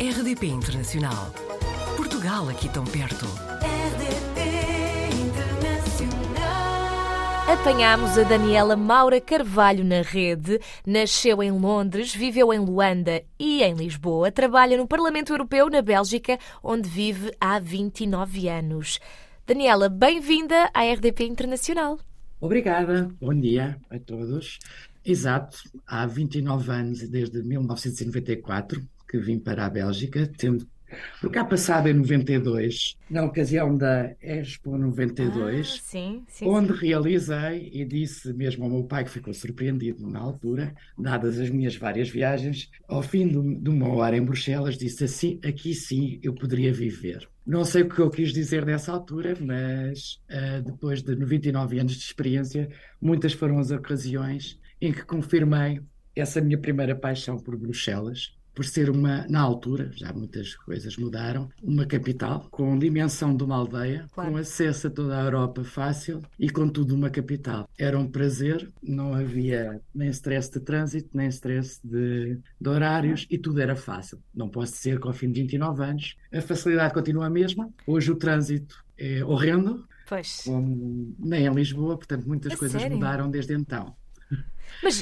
RDP Internacional. Portugal aqui tão perto. RDP Internacional. Apanhámos a Daniela Maura Carvalho na rede. Nasceu em Londres, viveu em Luanda e em Lisboa. Trabalha no Parlamento Europeu, na Bélgica, onde vive há 29 anos. Daniela, bem-vinda à RDP Internacional. Obrigada, bom dia a todos. Exato, há 29 anos, desde 1994, que vim para a Bélgica, tendo por cá passado em 92, na ocasião da Expo 92, onde realizei e disse mesmo ao meu pai, que ficou surpreendido na altura, dadas as minhas várias viagens, ao fim de uma hora em Bruxelas, disse assim: aqui sim eu poderia viver. Não sei o que eu quis dizer nessa altura, mas depois de 29 anos de experiência, muitas foram as ocasiões em que confirmei essa minha primeira paixão por Bruxelas, por ser na altura, já muitas coisas mudaram, uma capital com dimensão de uma aldeia, claro, com acesso a toda a Europa fácil e, contudo, uma capital. Era um prazer, não havia nem stress de trânsito, nem stress de horários e tudo era fácil. Não posso dizer que ao fim de 29 anos a facilidade continua a mesma. Hoje o trânsito é horrendo, como nem em Lisboa, portanto muitas coisas mudaram desde então. Mas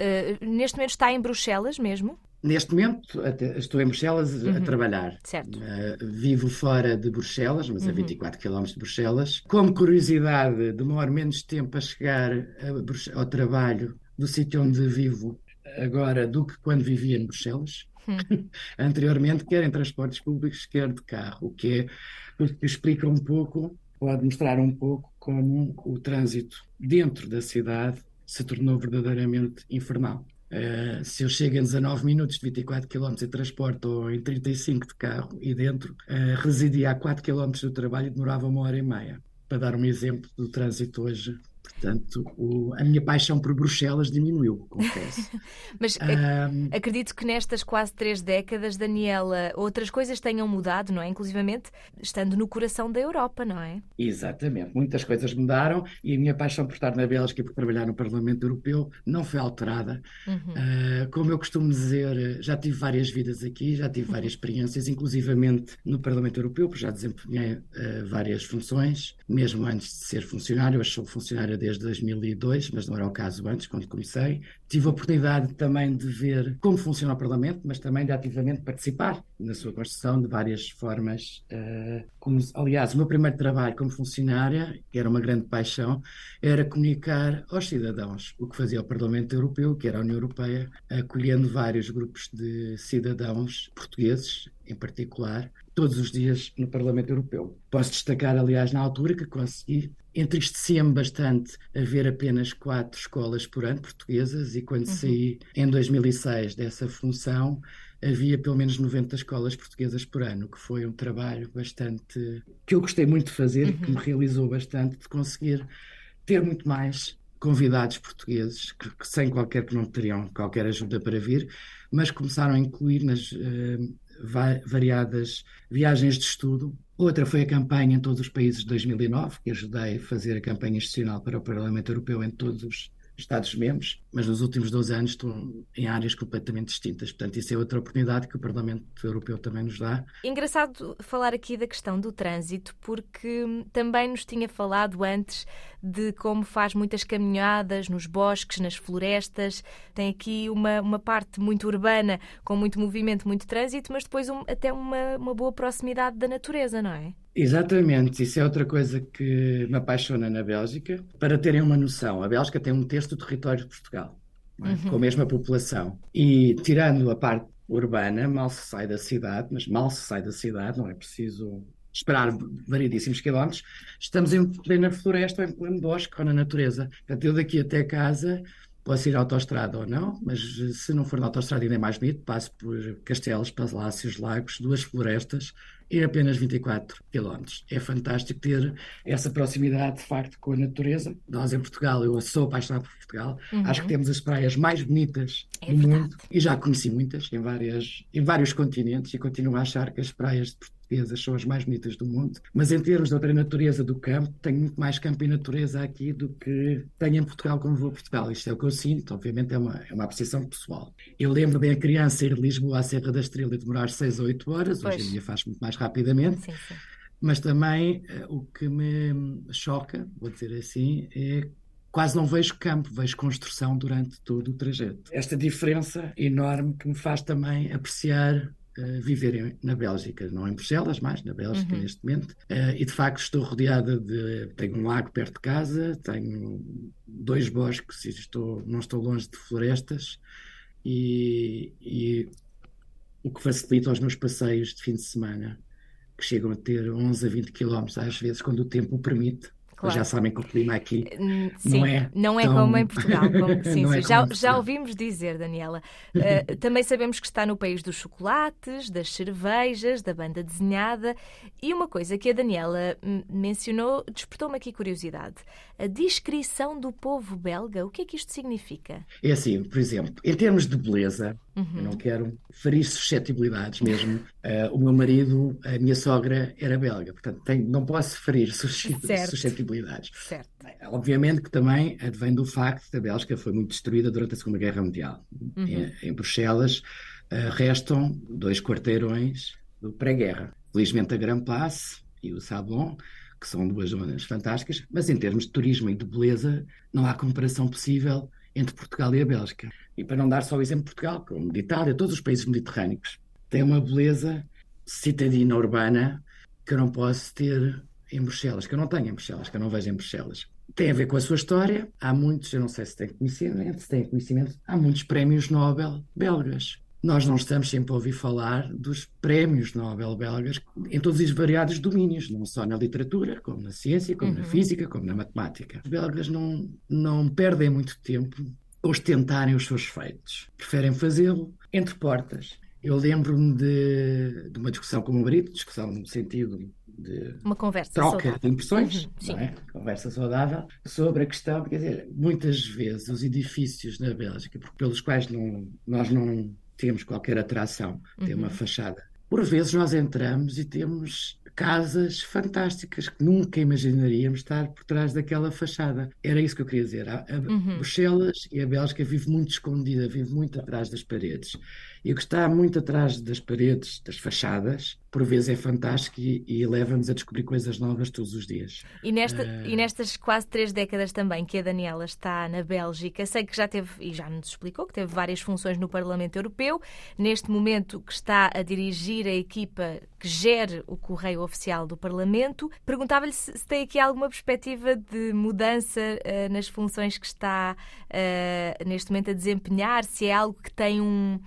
neste momento está em Bruxelas mesmo? Neste momento estou em Bruxelas a trabalhar. Certo. Vivo fora de Bruxelas, mas a 24 km de Bruxelas. Como curiosidade, demoro menos tempo a chegar ao trabalho do sítio onde vivo agora do que quando vivia em Bruxelas. Anteriormente, quer em transportes públicos, quer de carro, o que explica um pouco, pode mostrar um pouco como o trânsito dentro da cidade se tornou verdadeiramente infernal. Se eu chego em 19 minutos de 24 km de transporte ou em 35 de carro e dentro, residia a 4 km do trabalho e demorava 1h30, para dar um exemplo do trânsito hoje. Portanto, a minha paixão por Bruxelas diminuiu, confesso. Mas acredito que nestas quase 3 décadas, Daniela, outras coisas tenham mudado, não é? Inclusivamente estando no coração da Europa, não é? Exatamente. Muitas coisas mudaram e a minha paixão por estar na Bélgica e por trabalhar no Parlamento Europeu não foi alterada. Como eu costumo dizer, já tive várias vidas aqui, já tive várias experiências, inclusivamente no Parlamento Europeu, porque já desempenhei várias funções, mesmo antes de ser funcionário. Eu sou funcionário desde 2002, mas não era o caso antes, quando comecei. Tive a oportunidade também de ver como funciona o Parlamento, mas também de ativamente participar na sua construção de várias formas. Aliás, o meu primeiro trabalho como funcionária, que era uma grande paixão, era comunicar aos cidadãos o que fazia o Parlamento Europeu, que era a União Europeia, acolhendo vários grupos de cidadãos portugueses, em particular, todos os dias no Parlamento Europeu. Posso destacar, aliás, na altura que consegui, entristecia-me bastante haver apenas 4 escolas por ano portuguesas e quando saí em 2006 dessa função havia pelo menos 90 escolas portuguesas por ano, que foi um trabalho bastante que eu gostei muito de fazer e que me realizou bastante de conseguir ter muito mais convidados portugueses que que não teriam qualquer ajuda para vir, mas começaram a incluir nas variadas viagens de estudo. Outra foi a campanha em todos os países de 2009, que ajudei a fazer a campanha institucional para o Parlamento Europeu em todos os Estados-membros, mas nos últimos 12 anos estou em áreas completamente distintas. Portanto, isso é outra oportunidade que o Parlamento Europeu também nos dá. Engraçado falar aqui da questão do trânsito, porque também nos tinha falado antes de como faz muitas caminhadas nos bosques, nas florestas. Tem aqui uma parte muito urbana, com muito movimento, muito trânsito, mas depois até uma boa proximidade da natureza, não é? Exatamente, isso é outra coisa que me apaixona na Bélgica. Para terem uma noção, a Bélgica tem 1/3 do território de Portugal, não é? Com a mesma população. E tirando a parte urbana, mal se sai da cidade, não é preciso esperar variedíssimos quilómetros. Estamos em plena floresta, ou em pleno bosque, ou na natureza. Portanto, eu daqui até casa posso ir à autoestrada ou não, mas se não for na autoestrada ainda é mais bonito, passo por castelos, palácios, lagos, 2 florestas em apenas 24 km. É fantástico ter essa proximidade, de facto, com a natureza. Nós em Portugal, eu sou apaixonado por Portugal, acho que temos as praias mais bonitas do mundo e já conheci muitas em vários continentes e continuo a achar que as praias portuguesas são as mais bonitas do mundo, mas em termos de outra natureza do campo, tenho muito mais campo e natureza aqui do que tenho em Portugal quando vou a Portugal. Isto é o que eu sinto, obviamente é uma apreciação pessoal. Eu lembro bem a criança ir de Lisboa à Serra da Estrela e demorar 6 ou 8 horas, hoje em dia faz muito mais rapidamente, Sim, sim. mas também o que me choca, vou dizer assim, é quase não vejo campo, vejo construção durante todo o trajeto. Esta diferença enorme que me faz também apreciar viver na Bélgica, não em Bruxelas, mas na Bélgica neste momento. E de facto estou rodeada tenho um lago perto de casa, tenho 2 bosques e não estou longe de florestas e o que facilita os meus passeios de fim de semana, que chegam a ter 11 a 20 quilómetros às vezes, quando o tempo o permite. Claro. Já sabem que o clima aqui sim, não é como em Portugal. Sim, não sim. é Já ouvimos dizer, Daniela. Também sabemos que está no país dos chocolates, das cervejas, da banda desenhada. E uma coisa que a Daniela mencionou despertou-me aqui curiosidade. A descrição do povo belga, o que é que isto significa? É assim, por exemplo, em termos de beleza, eu não quero ferir suscetibilidades mesmo. O meu marido, a minha sogra era belga, portanto não posso ferir suscetibilidades. Certo. Obviamente que também advém do facto que a Bélgica foi muito destruída durante a Segunda Guerra Mundial. Em Bruxelas restam 2 quarteirões do pré-guerra. Felizmente a Grand Place e o Sablon, que são 2 zonas fantásticas, mas em termos de turismo e de beleza não há comparação possível entre Portugal e a Bélgica. E para não dar só o exemplo de Portugal, como de Itália, todos os países mediterrâneos têm uma beleza citadina urbana que eu não posso ter em Bruxelas, que eu não tenho em Bruxelas, que eu não vejo em Bruxelas. Tem a ver com a sua história. Há muitos, eu não sei se têm conhecimento, há muitos prémios Nobel belgas. Nós não estamos sempre a ouvir falar dos prémios Nobel belgas em todos os variados domínios, não só na literatura, como na ciência, como na física, como na matemática. Os belgas não perdem muito tempo a ostentarem os seus feitos. Preferem fazê-lo entre portas. Eu lembro-me de uma discussão com o meu marido, discussão no sentido de uma conversa troca saudável. de impressões, não é? Conversa saudável, sobre a questão, quer dizer, muitas vezes os edifícios na Bélgica, pelos quais nós não temos qualquer atração, tem uma fachada. Por vezes nós entramos e temos casas fantásticas que nunca imaginaríamos estar por trás daquela fachada. Era isso que eu queria dizer. Bruxelas e a Bélgica vive muito escondida, vive muito atrás das paredes. E o que está muito atrás das paredes, das fachadas, por vezes é fantástico e leva-nos a descobrir coisas novas todos os dias. E nestas quase 3 décadas também que a Daniela está na Bélgica, sei que já teve, e já nos explicou, que teve várias funções no Parlamento Europeu. Neste momento que está a dirigir a equipa que gere o Correio Oficial do Parlamento. Perguntava-lhe se tem aqui alguma perspectiva de mudança nas funções que está neste momento a desempenhar, se é algo que tem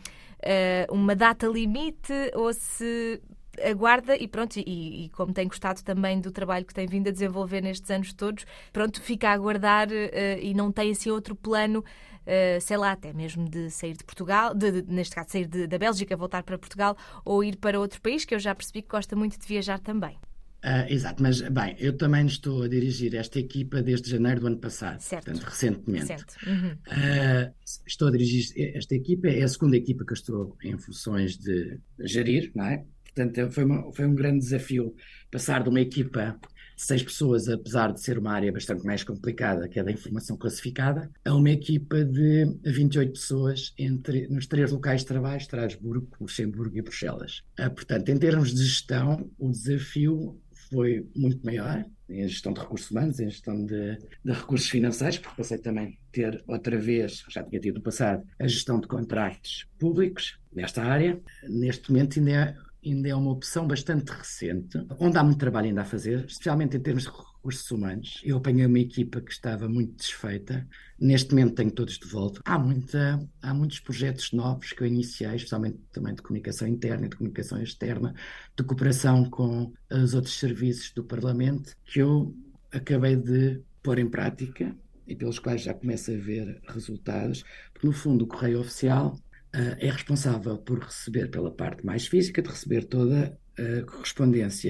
uma data limite ou se aguarda e pronto, e como tem gostado também do trabalho que tem vindo a desenvolver nestes anos todos, pronto, fica a aguardar e não tem assim outro plano, sei lá, até mesmo de sair de Portugal, neste caso sair da Bélgica, voltar para Portugal ou ir para outro país, que eu já percebi que gosta muito de viajar também. Exato, mas bem, eu também estou a dirigir esta equipa desde janeiro do ano passado, certo. Portanto, recentemente. Certo. Estou a dirigir esta equipa, é a segunda equipa que eu estou em funções de gerir, não é? Portanto, foi um grande desafio passar de uma equipa de 6 pessoas, apesar de ser uma área bastante mais complicada, que é da informação classificada, a uma equipa de 28 pessoas nos 3 locais de trabalho, Estrasburgo, Luxemburgo e Bruxelas. Portanto, em termos de gestão, o desafio foi muito maior, em gestão de recursos humanos, em gestão de recursos financeiros, porque passei também a ter outra vez, já tinha tido no passado, a gestão de contratos públicos nesta área. Neste momento ainda é uma opção bastante recente, onde há muito trabalho ainda a fazer, especialmente em termos de recursos humanos. Eu apanhei uma equipa que estava muito desfeita, neste momento tenho todos de volta. Há muitos projetos novos que eu iniciei, especialmente também de comunicação interna e de comunicação externa, de cooperação com os outros serviços do Parlamento, que eu acabei de pôr em prática e pelos quais já começo a ver resultados, porque no fundo o Correio Oficial é responsável por receber, pela parte mais física, de receber toda a correspondência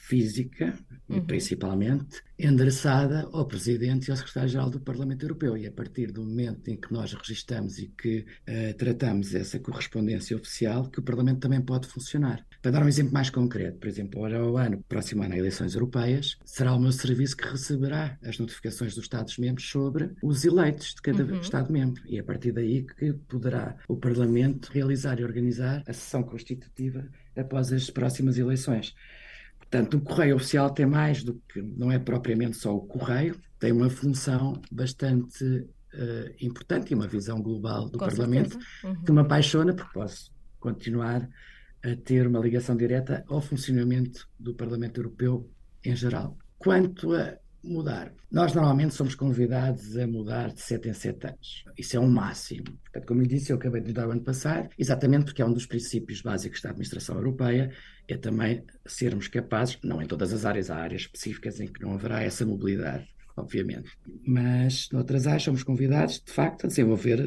física, principalmente, endereçada ao Presidente e ao Secretário-Geral do Parlamento Europeu. E a partir do momento em que nós registramos e que tratamos essa correspondência oficial, que o Parlamento também pode funcionar. Para dar um exemplo mais concreto, por exemplo, ao próximo ano, eleições europeias, será o meu serviço que receberá as notificações dos Estados-membros sobre os eleitos de cada Estado-membro. E a partir daí que poderá o Parlamento realizar e organizar a sessão constitutiva após as próximas eleições. Portanto, o Correio Oficial tem mais do que, não é propriamente só o Correio, tem uma função bastante importante e uma visão global do Parlamento, que me apaixona porque posso continuar a ter uma ligação direta ao funcionamento do Parlamento Europeu em geral. Quanto a mudar, nós normalmente somos convidados a mudar de 7 em 7 anos. Isso é um máximo. Portanto, como eu disse, eu acabei de mudar o ano passado, exatamente porque é um dos princípios básicos da administração europeia, é também sermos capazes, não em todas as áreas, há áreas específicas em que não haverá essa mobilidade, obviamente. Mas, noutras áreas, somos convidados, de facto, a desenvolver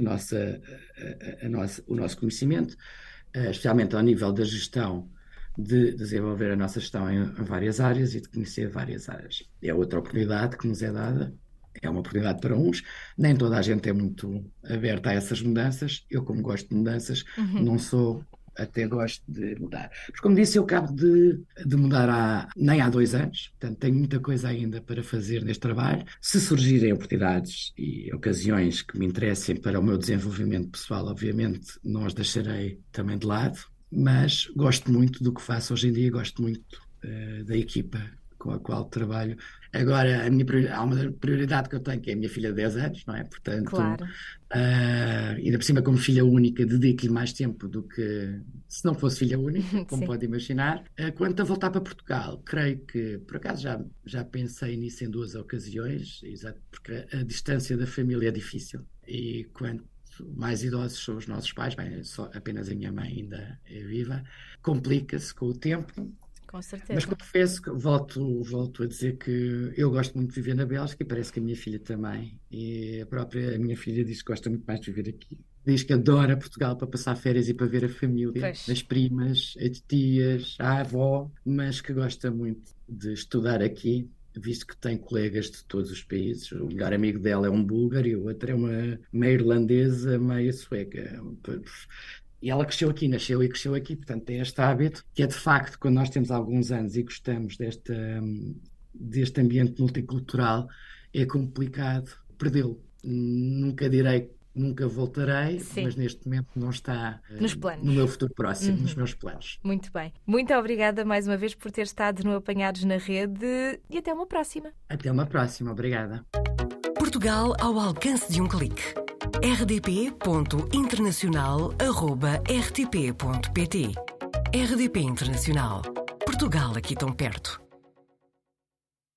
o nosso conhecimento, especialmente ao nível da gestão, de desenvolver a nossa gestão em várias áreas e de conhecer várias áreas. É outra oportunidade que nos é dada, é uma oportunidade para uns, nem toda a gente é muito aberta a essas mudanças. Eu, como gosto de mudanças, não sou, até gosto de mudar. Mas, como disse, eu acabo de mudar nem há 2 anos, portanto tenho muita coisa ainda para fazer neste trabalho. Se surgirem oportunidades e ocasiões que me interessem para o meu desenvolvimento pessoal, obviamente não as deixarei também de lado. Mas gosto muito do que faço hoje em dia, gosto muito da equipa com a qual trabalho. Agora, há uma prioridade que eu tenho, que é a minha filha de 10 anos, não é? Portanto, claro. Ainda por cima, como filha única, dedico-lhe mais tempo do que se não fosse filha única, como pode imaginar. Quanto a voltar para Portugal, creio que, por acaso, já pensei nisso em 2 ocasiões, exato, porque a distância da família é difícil. E quanto mais idosos são os nossos pais, só apenas a minha mãe ainda é viva, complica-se com o tempo. Com certeza. Mas confesso que volto a dizer que eu gosto muito de viver na Bélgica e parece que a minha filha também. E a minha filha diz que gosta muito mais de viver aqui. Diz que adora Portugal para passar férias e para ver a família, as primas, as tias, a avó, mas que gosta muito de estudar aqui, visto que tem colegas de todos os países. O melhor amigo dela é um búlgaro e o outro é uma meia irlandesa, meia sueca. E ela nasceu e cresceu aqui, portanto tem este hábito, que é de facto, quando nós temos alguns anos e gostamos deste ambiente multicultural, é complicado perdê-lo. Nunca direi, nunca voltarei, mas neste momento não está nos planos. No meu futuro próximo, nos meus planos. Muito bem. Muito obrigada mais uma vez por ter estado no Apanhados na Rede e até uma próxima. Até uma próxima, obrigada. Portugal ao alcance de um clique. rdp.internacional@rtp.pt. RDP Internacional. Portugal aqui tão perto.